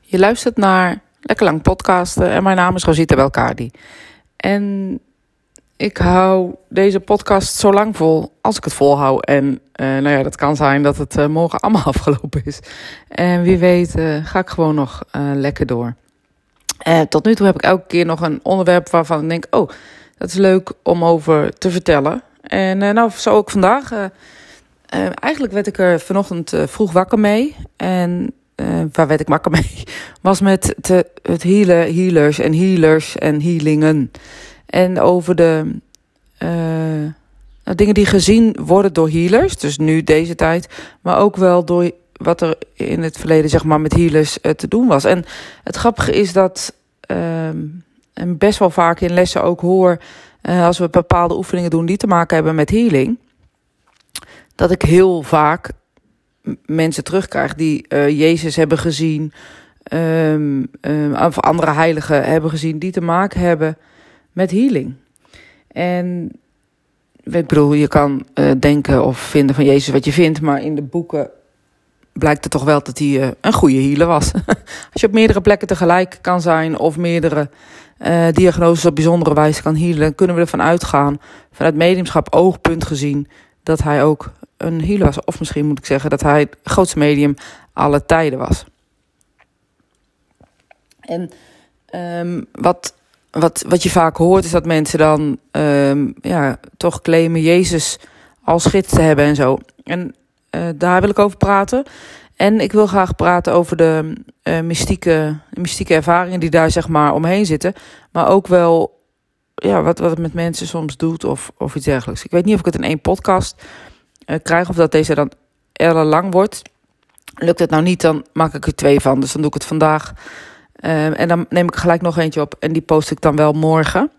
Je luistert naar Lekker Lang Podcasten en mijn naam is Rosita Belkadi. En ik hou deze podcast zo lang vol als ik het volhoud. En dat kan zijn dat het morgen allemaal afgelopen is. En wie weet ga ik gewoon nog lekker door. Tot nu toe heb ik elke keer nog een onderwerp waarvan ik denk, dat is leuk om over te vertellen. En zo ook vandaag. Eigenlijk werd ik er vanochtend vroeg wakker mee. En waar werd ik wakker mee? Was met het healers en healingen. En over de dingen die gezien worden door healers. Dus nu deze tijd. Maar ook wel door wat er in het verleden zeg maar met healers te doen was. En het grappige is dat en best wel vaak in lessen ook hoor, als we bepaalde oefeningen doen die te maken hebben met healing, dat ik heel vaak mensen terugkrijg die Jezus hebben gezien, of andere heiligen hebben gezien die te maken hebben met healing. En ik bedoel, je kan denken of vinden van Jezus wat je vindt, maar in de boeken blijkt het toch wel dat hij een goede healer was. Als je op meerdere plekken tegelijk kan zijn of meerdere diagnoses op bijzondere wijze kan healen, kunnen we ervan uitgaan, vanuit mediumschap oogpunt gezien, dat hij ook een healer was. Of misschien moet ik zeggen dat hij het grootste medium aller tijden was. En wat je vaak hoort is dat mensen dan toch claimen Jezus als gids te hebben en zo. En daar wil ik over praten. En ik wil graag praten over de mystieke ervaringen die daar zeg maar omheen zitten. Maar ook wel wat het met mensen soms doet of iets dergelijks. Ik weet niet of ik het in één podcast krijg of dat deze dan erg lang wordt. Lukt het nou niet, dan maak ik er 2 van. Dus dan doe ik het vandaag. En dan neem ik gelijk nog eentje op en die post ik dan wel morgen.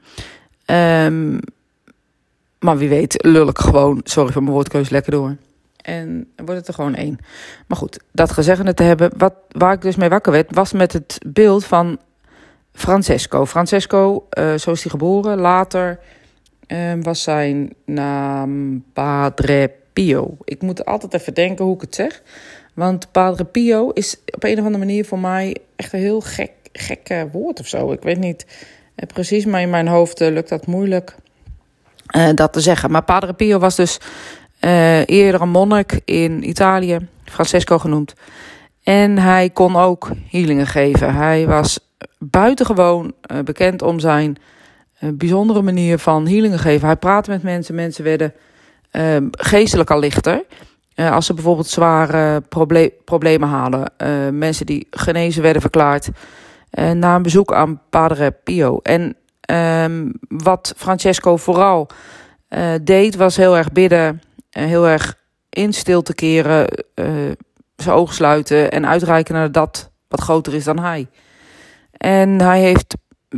Maar wie weet lul ik gewoon, sorry voor mijn woordkeuze, lekker door. En wordt het er gewoon 1. Maar goed, dat gezeggende te hebben. Waar ik dus mee wakker werd, was met het beeld van Francesco. Francesco, zo is hij geboren. Later was zijn naam Padre Pio. Ik moet altijd even denken hoe ik het zeg. Want Padre Pio is op een of andere manier voor mij echt een heel gek woord of zo. Ik weet niet precies, maar in mijn hoofd lukt dat moeilijk dat te zeggen. Maar Padre Pio was dus eerder een monnik in Italië, Francesco genoemd. En hij kon ook healingen geven. Hij was buitengewoon bekend om zijn bijzondere manier van healingen geven. Hij praatte met mensen. Mensen werden geestelijk al lichter. Als ze bijvoorbeeld zware problemen hadden. Mensen die genezen werden verklaard na een bezoek aan Padre Pio. En wat Francesco vooral deed, was heel erg bidden. Heel erg in stilte keren. Zijn ogen sluiten en uitreiken naar dat wat groter is dan hij. En hij heeft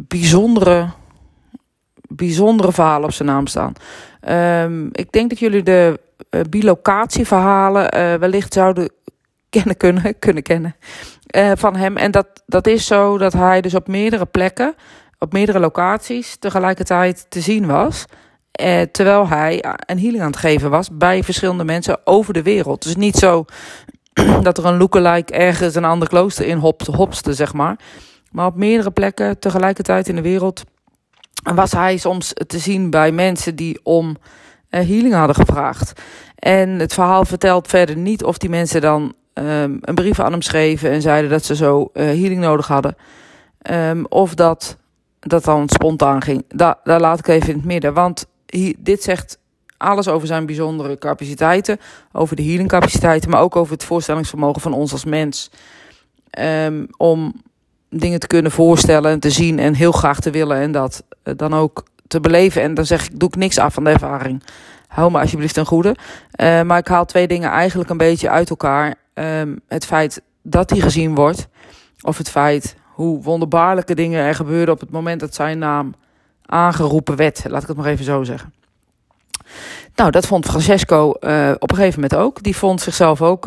bijzondere verhalen op zijn naam staan. Ik denk dat jullie de bilocatieverhalen wellicht zouden kunnen kennen van hem. En dat is zo dat hij dus op meerdere plekken, op meerdere locaties tegelijkertijd te zien was. Terwijl hij een healing aan het geven was bij verschillende mensen over de wereld. Dus niet zo dat er een lookalike ergens een ander klooster in hopste, zeg maar. Maar op meerdere plekken tegelijkertijd in de wereld was hij soms te zien bij mensen die om healing hadden gevraagd. En het verhaal vertelt verder niet of die mensen dan een brief aan hem schreven en zeiden dat ze zo healing nodig hadden. Of dat dan spontaan ging. Daar laat ik even in het midden. Want dit zegt alles over zijn bijzondere capaciteiten, over de healingcapaciteiten, maar ook over het voorstellingsvermogen van ons als mens. Om dingen te kunnen voorstellen en te zien en heel graag te willen en dat dan ook te beleven. En dan doe ik niks af van de ervaring. Hou me alsjeblieft ten goede. Maar ik haal 2 dingen eigenlijk een beetje uit elkaar. Het feit dat hij gezien wordt, of het feit hoe wonderbaarlijke dingen er gebeurden op het moment dat zijn naam aangeroepen werd. Laat ik het maar even zo zeggen. Nou, dat vond Francesco op een gegeven moment ook. Die vond zichzelf ook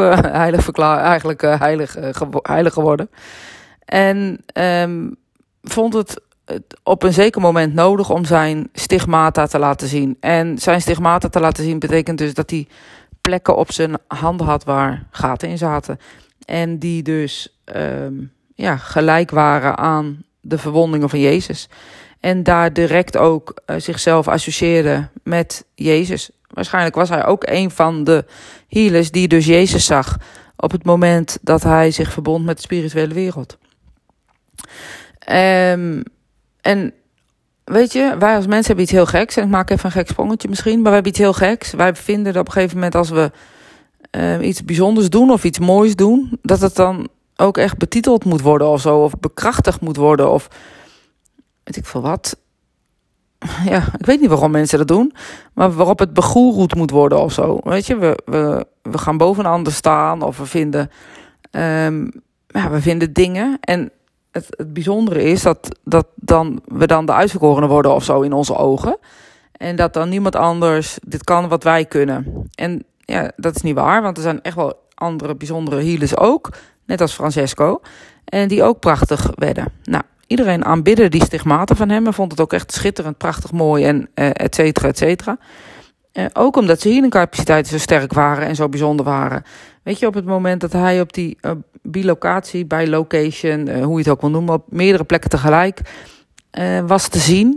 heilig geworden. En vond het op een zeker moment nodig om zijn stigmata te laten zien. En zijn stigmata te laten zien betekent dus dat hij plekken op zijn handen had waar gaten in zaten. En die dus gelijk waren aan de verwondingen van Jezus. En daar direct ook zichzelf associeerde met Jezus. Waarschijnlijk was hij ook een van de healers die dus Jezus zag op het moment dat hij zich verbond met de spirituele wereld. En weet je, wij als mensen hebben iets heel geks. En ik maak even een gek sprongetje misschien, maar we hebben iets heel geks. Wij vinden dat op een gegeven moment als we iets bijzonders doen of iets moois doen, dat het dan ook echt betiteld moet worden of zo. Of bekrachtigd moet worden of weet ik veel wat. Ja, ik weet niet waarom mensen dat doen, maar waarop het begoeroed moet worden of zo. Weet je, we gaan boven een ander staan of we vinden dingen. En het bijzondere is dat we dan de uitverkorenen worden of zo in onze ogen. En dat dan niemand anders dit kan wat wij kunnen. En ja, dat is niet waar, want er zijn echt wel andere bijzondere healers ook. Net als Francesco. En die ook prachtig werden. Nou, iedereen aanbidde die stigmaten van hem en vond het ook echt schitterend, prachtig, mooi en et cetera, et cetera. Ook omdat zijn healingcapaciteiten zo sterk waren en zo bijzonder waren. Weet je, op het moment dat hij op die bilocatie, bij location, hoe je het ook wil noemen, op meerdere plekken tegelijk was te zien,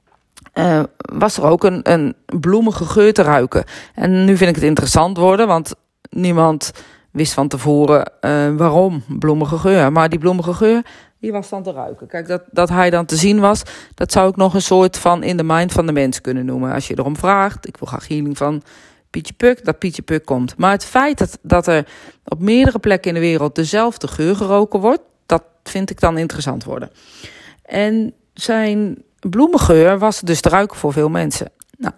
was er ook een bloemige geur te ruiken. En nu vind ik het interessant worden, want niemand wist van tevoren waarom bloemige geur. Maar die bloemige geur, die was dan te ruiken. Kijk, dat hij dan te zien was, dat zou ik nog een soort van in de mind van de mens kunnen noemen. Als je erom vraagt, ik wil graag healing van Pietje Puk, dat Pietje Puk komt. Maar het feit dat er op meerdere plekken in de wereld dezelfde geur geroken wordt, dat vind ik dan interessant worden. En zijn bloemengeur was dus te ruiken voor veel mensen. Nou,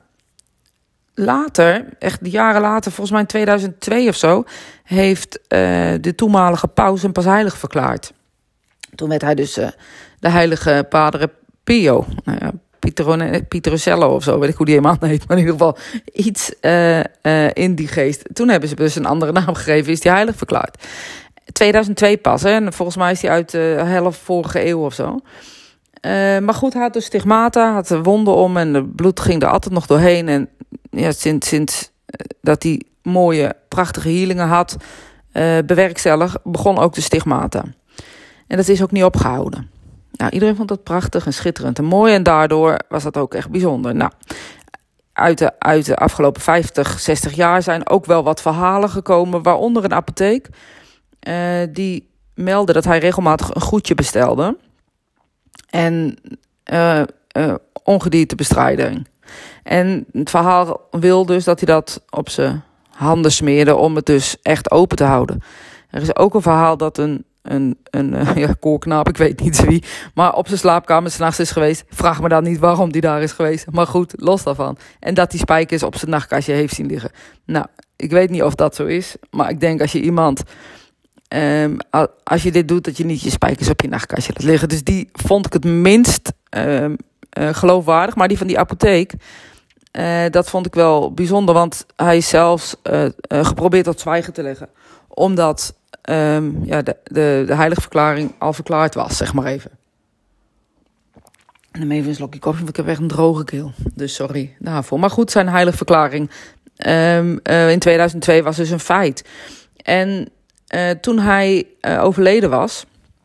later, echt jaren later, volgens mij in 2002 of zo, heeft de toenmalige paus hem pas heilig verklaard. Toen werd hij dus de heilige Padre Pio, Pietrosello of zo, weet ik hoe die helemaal heet, maar in ieder geval iets in die geest. Toen hebben ze dus een andere naam gegeven, is die heilig verklaard. 2002 pas, hè, en volgens mij is die uit de helft vorige eeuw of zo. Maar goed, hij had dus stigmata, had er wonden om en het bloed ging er altijd nog doorheen. En ja, sinds dat hij mooie, prachtige healingen had bewerkstellig, begon ook de stigmata. En dat is ook niet opgehouden. Nou, iedereen vond dat prachtig en schitterend en mooi. En daardoor was dat ook echt bijzonder. Nou, uit de afgelopen 50, 60 jaar zijn ook wel wat verhalen gekomen. Waaronder een apotheek. Die meldde dat hij regelmatig een goedje bestelde. En ongediertebestrijding. En het verhaal wil dus dat hij dat op zijn handen smeerde om het dus echt open te houden. Er is ook een verhaal dat een koorknaap, ik weet niet wie, maar op zijn slaapkamer 's nachts is geweest. Vraag me dan niet waarom die daar is geweest. Maar goed, los daarvan. En dat die spijkers op zijn nachtkastje heeft zien liggen. Nou, ik weet niet of dat zo is, maar ik denk als je iemand, als je dit doet, dat je niet je spijkers op je nachtkastje laat liggen. Dus die vond ik het minst geloofwaardig. Maar die van die apotheek, dat vond ik wel bijzonder, want hij is zelfs geprobeerd tot zwijgen te leggen. Omdat de heilige verklaring al verklaard was, zeg maar even. En dan even een slokje koffie, want ik heb echt een droge keel. Dus sorry daarvoor. Maar goed, zijn heilige verklaring in 2002 was dus een feit. En toen hij overleden was,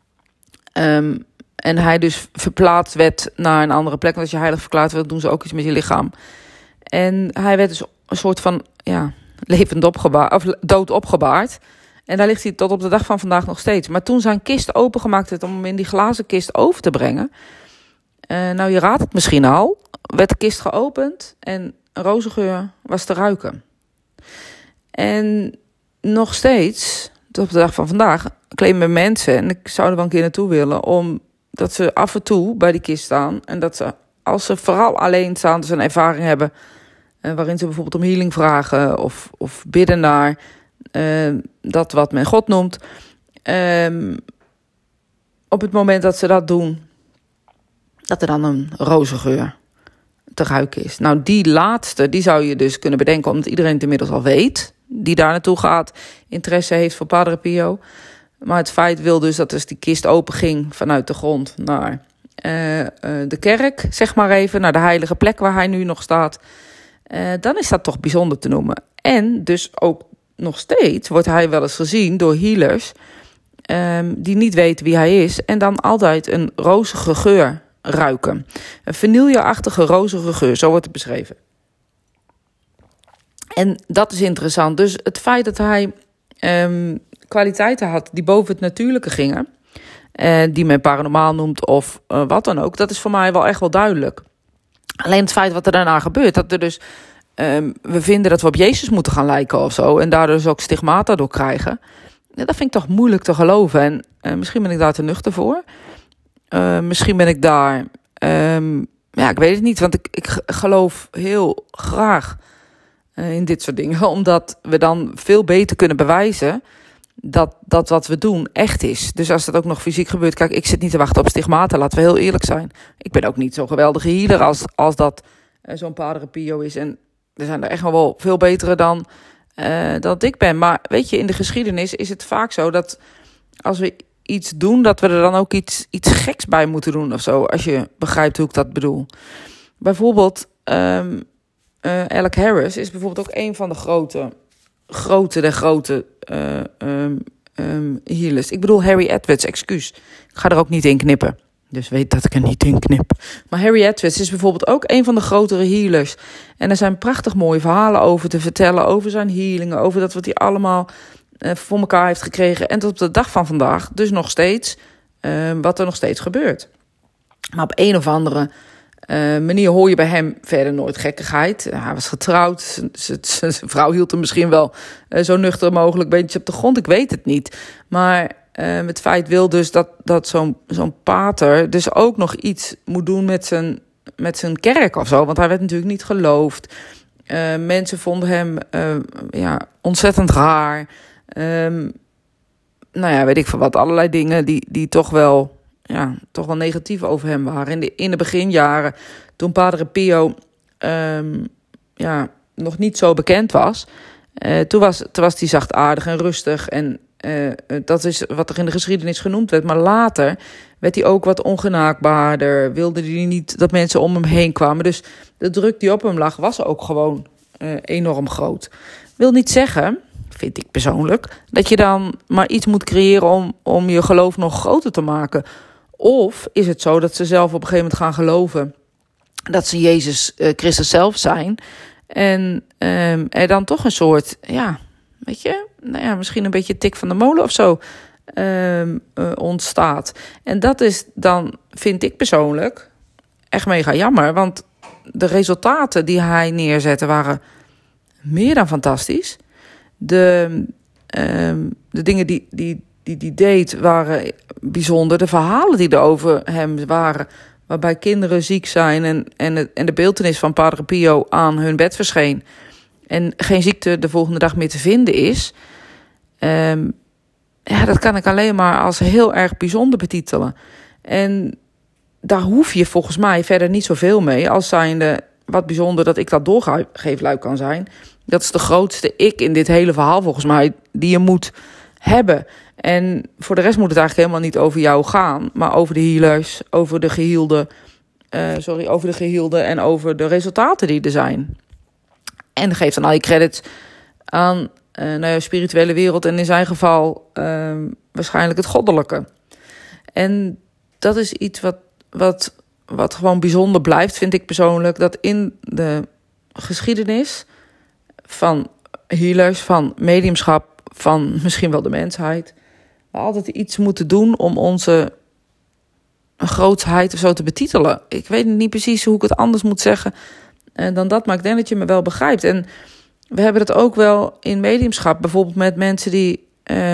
en hij dus verplaatst werd naar een andere plek, want als je heilig verklaard wordt, doen ze ook iets met je lichaam. En hij werd dus een soort van levend opgebaard, of dood opgebaard. En daar ligt hij tot op de dag van vandaag nog steeds. Maar toen zijn kist opengemaakt werd om hem in die glazen kist over te brengen. Nou, je raadt het misschien al. Werd de kist geopend en een rozengeur was te ruiken. En nog steeds, tot op de dag van vandaag, claimen mensen, en ik zou er wel een keer naartoe willen, omdat ze af en toe bij die kist staan. En dat ze, als ze vooral alleen staan, dus een ervaring hebben, waarin ze bijvoorbeeld om healing vragen of bidden naar dat wat men God noemt. Op het moment dat ze dat doen, dat er dan een rozengeur te ruiken is. Nou, die laatste, die zou je dus kunnen bedenken, omdat iedereen het inmiddels al weet, die daar naartoe gaat, interesse heeft voor Padre Pio. Maar het feit wil dus dat dus die kist open ging vanuit de grond naar de kerk, zeg maar even, naar de heilige plek waar hij nu nog staat. Dan is dat toch bijzonder te noemen. En dus ook nog steeds wordt hij wel eens gezien door healers die niet weten wie hij is en dan altijd een rozige geur ruiken. Een vanilleachtige rozige geur, zo wordt het beschreven. En dat is interessant. Dus het feit dat hij kwaliteiten had die boven het natuurlijke gingen, die men paranormaal noemt of wat dan ook, dat is voor mij wel echt wel duidelijk. Alleen het feit wat er daarna gebeurt, dat er dus we vinden dat we op Jezus moeten gaan lijken of zo, en daardoor dus ook stigmata door krijgen. Ja, dat vind ik toch moeilijk te geloven. En misschien ben ik daar te nuchter voor. Misschien ben ik daar, ik weet het niet, want ik geloof heel graag in dit soort dingen, omdat we dan veel beter kunnen bewijzen dat wat we doen echt is. Dus als dat ook nog fysiek gebeurt, kijk, ik zit niet te wachten op stigmata, laten we heel eerlijk zijn. Ik ben ook niet zo'n geweldige healer als dat zo'n Padre Pio is. En er zijn er echt wel veel betere dan dat ik ben. Maar weet je, in de geschiedenis is het vaak zo dat als we iets doen, dat we er dan ook iets geks bij moeten doen of zo. Als je begrijpt hoe ik dat bedoel. Bijvoorbeeld, Alec Harris is bijvoorbeeld ook een van de grote healers. Ik bedoel Harry Edwards, excuus. Ik ga er ook niet in knippen. Dus weet dat ik er niet in knip. Maar Harry Edwards is bijvoorbeeld ook een van de grotere healers. En er zijn prachtig mooie verhalen over te vertellen. Over zijn healingen. Over dat wat hij allemaal voor elkaar heeft gekregen. En tot op de dag van vandaag dus nog steeds. Wat er nog steeds gebeurt. Maar op een of andere manier hoor je bij hem verder nooit gekkigheid. Hij was getrouwd. Zijn vrouw hield hem misschien wel zo nuchter mogelijk een beetje op de grond. Ik weet het niet. Maar het feit wil dus dat zo'n pater dus ook nog iets moet doen met zijn kerk of zo. Want hij werd natuurlijk niet geloofd. Mensen vonden hem ontzettend raar. Weet ik veel wat. Allerlei dingen die toch wel negatief over hem waren. In de beginjaren, toen Padre Pio nog niet zo bekend was, toen was hij zachtaardig en rustig. En dat is wat er in de geschiedenis genoemd werd. Maar later werd hij ook wat ongenaakbaarder. Wilde hij niet dat mensen om hem heen kwamen. Dus de druk die op hem lag was ook gewoon enorm groot. Wil niet zeggen, vind ik persoonlijk, dat je dan maar iets moet creëren om je geloof nog groter te maken. Of is het zo dat ze zelf op een gegeven moment gaan geloven dat ze Jezus Christus zelf zijn. En er dan toch een soort, misschien een beetje tik van de molen of zo ontstaat. En dat is dan, vind ik persoonlijk, echt mega jammer. Want de resultaten die hij neerzette waren meer dan fantastisch. De dingen die deed waren bijzonder. De verhalen die er over hem waren, waarbij kinderen ziek zijn en de beeltenis van Padre Pio aan hun bed verscheen en geen ziekte de volgende dag meer te vinden is. Dat kan ik alleen maar als heel erg bijzonder betitelen. En daar hoef je volgens mij verder niet zoveel mee, als zijnde wat bijzonder dat ik dat doorgeefluik kan zijn. Dat is de grootste ik in dit hele verhaal volgens mij, die je moet hebben. En voor de rest moet het eigenlijk helemaal niet over jou gaan, maar over de healers, over de geheelde en over de resultaten die er zijn. En geef dan al je credits aan de spirituele wereld en in zijn geval waarschijnlijk het goddelijke. En dat is iets wat gewoon bijzonder blijft, vind ik persoonlijk, dat in de geschiedenis van healers, van mediumschap, van misschien wel de mensheid, we altijd iets moeten doen om onze grootsheid of zo te betitelen. Ik weet niet precies hoe ik het anders moet zeggen dan dat, maar ik denk dat je me wel begrijpt. En we hebben het ook wel in mediumschap, bijvoorbeeld met mensen die,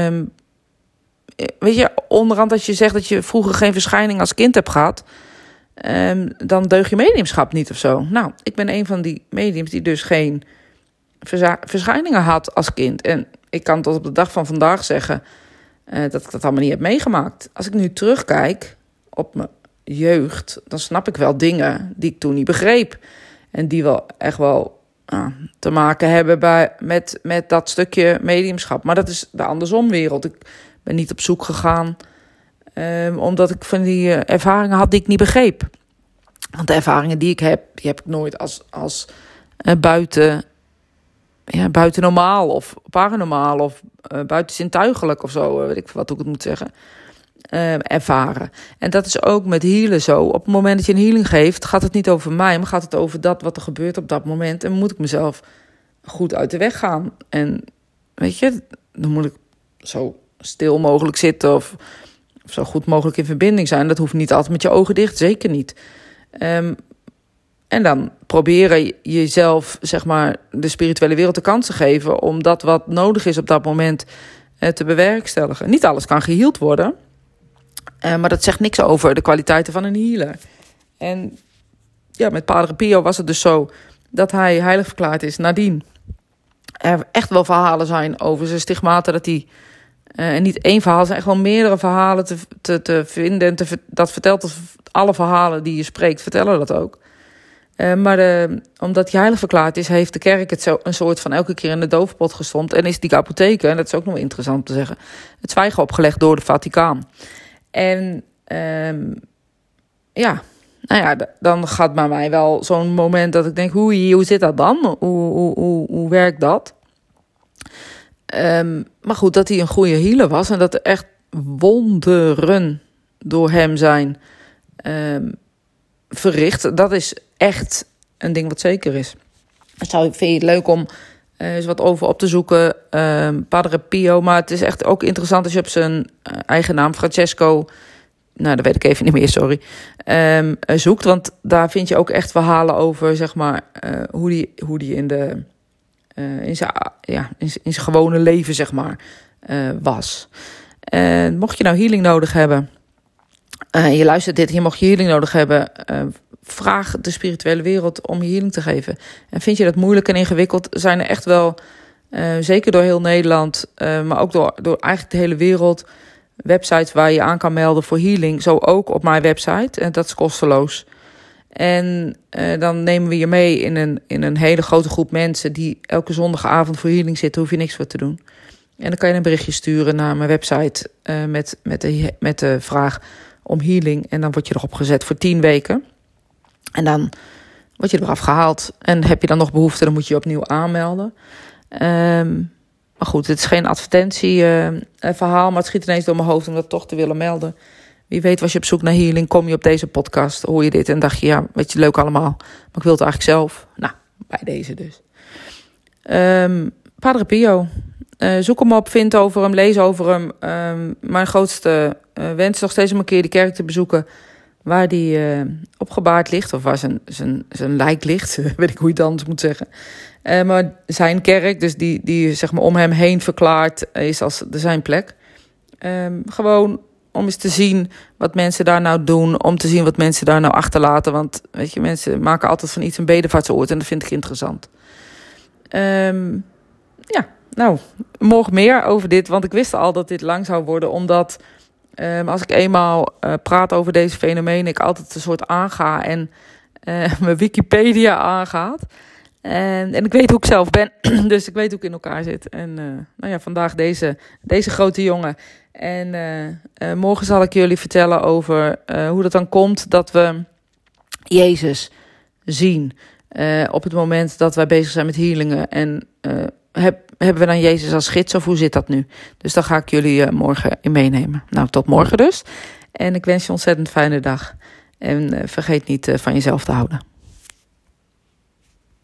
onderhand als je zegt dat je vroeger geen verschijning als kind hebt gehad, dan deug je mediumschap niet of zo. Nou, ik ben een van die mediums die dus geen verschijningen had als kind. En ik kan tot op de dag van vandaag zeggen dat ik dat allemaal niet heb meegemaakt. Als ik nu terugkijk op mijn jeugd, dan snap ik wel dingen die ik toen niet begreep. En die wel echt wel te maken hebben met dat stukje mediumschap. Maar dat is de andersomwereld. Ik ben niet op zoek gegaan omdat ik van die ervaringen had die ik niet begreep. Want de ervaringen die ik heb, die heb ik nooit als buiten buiten normaal of paranormaal of buiten zintuigelijk of zo, weet ik wat ik het moet zeggen, ervaren. En dat is ook met healen zo. Op het moment dat je een healing geeft, gaat het niet over mij, maar gaat het over dat wat er gebeurt op dat moment. En moet ik mezelf goed uit de weg gaan. En weet je, dan moet ik zo stil mogelijk zitten of zo goed mogelijk in verbinding zijn. Dat hoeft niet altijd met je ogen dicht, zeker niet. En dan proberen jezelf, zeg maar, de spirituele wereld de kans te geven om dat wat nodig is op dat moment te bewerkstelligen. Niet alles kan geheeld worden, maar dat zegt niks over de kwaliteiten van een healer. En ja, met Padre Pio was het dus zo dat hij heilig verklaard is. Nadien er echt wel verhalen zijn over zijn stigmata, dat hij en niet één verhaal, zijn echt wel meerdere verhalen te vinden. En dat vertelt alle verhalen die je spreekt, vertellen dat ook. Maar omdat hij heilig verklaard is, heeft de kerk het zo een soort van elke keer in de doofpot gestompt. En is die apotheken, en dat is ook nog interessant om te zeggen, het zwijgen opgelegd door de Vaticaan. En dan gaat bij mij wel zo'n moment dat ik denk, hoe zit dat dan? Hoe werkt dat? Maar goed, dat hij een goede healer was en dat er echt wonderen door hem zijn verricht. Dat is echt een ding wat zeker is. Vind je het leuk om eens wat over op te zoeken? Padre Pio, maar het is echt ook interessant als je op zijn eigen naam, Francesco, nou, dat weet ik even niet meer, sorry, zoekt. Want daar vind je ook echt verhalen over, zeg maar, hoe die in zijn gewone leven, zeg maar, was. Mocht je nou healing nodig hebben, je luistert dit, hier mocht je healing nodig hebben, vraag de spirituele wereld om je healing te geven. En vind je dat moeilijk en ingewikkeld, zijn er echt wel, zeker door heel Nederland, maar ook door eigenlijk de hele wereld, websites waar je aan kan melden voor healing. Zo ook op mijn website, en dat is kosteloos. En dan nemen we je mee in een hele grote groep mensen die elke zondagavond voor healing zitten, hoef je niks voor te doen. En dan kan je een berichtje sturen naar mijn website met de vraag om healing. En dan word je erop gezet voor 10 weken. En dan word je eraf gehaald. En heb je dan nog behoefte, dan moet je je opnieuw aanmelden. Maar goed, het is geen advertentieverhaal, maar het schiet ineens door mijn hoofd om dat toch te willen melden. Wie weet, was je op zoek naar healing, kom je op deze podcast, hoor je dit en dacht je, ja, weet je, leuk allemaal, maar ik wil het eigenlijk zelf. Nou, bij deze dus. Padre Pio, zoek hem op, vind over hem, lees over hem. Mijn grootste wens is nog steeds om een keer de kerk te bezoeken waar die opgebaard ligt, of waar zijn lijk ligt, weet ik hoe je het anders moet zeggen. Maar zijn kerk, dus die zeg maar om hem heen verklaard, is als zijn plek. Gewoon om eens te zien wat mensen daar nou doen, om te zien wat mensen daar nou achterlaten. Want weet je, mensen maken altijd van iets een bedevaartsoord en dat vind ik interessant. Morgen meer over dit, want ik wist al dat dit lang zou worden, omdat als ik eenmaal praat over deze fenomenen, ik altijd een soort aanga en mijn Wikipedia aangaat. En ik weet hoe ik zelf ben, dus ik weet hoe ik in elkaar zit. En vandaag deze grote jongen. En morgen zal ik jullie vertellen over hoe dat dan komt dat we Jezus zien. Op het moment dat wij bezig zijn met healingen. En hebben we dan Jezus als gids of hoe zit dat nu? Dus daar ga ik jullie morgen in meenemen. Nou, tot morgen dus. En ik wens je een ontzettend fijne dag. En vergeet niet van jezelf te houden.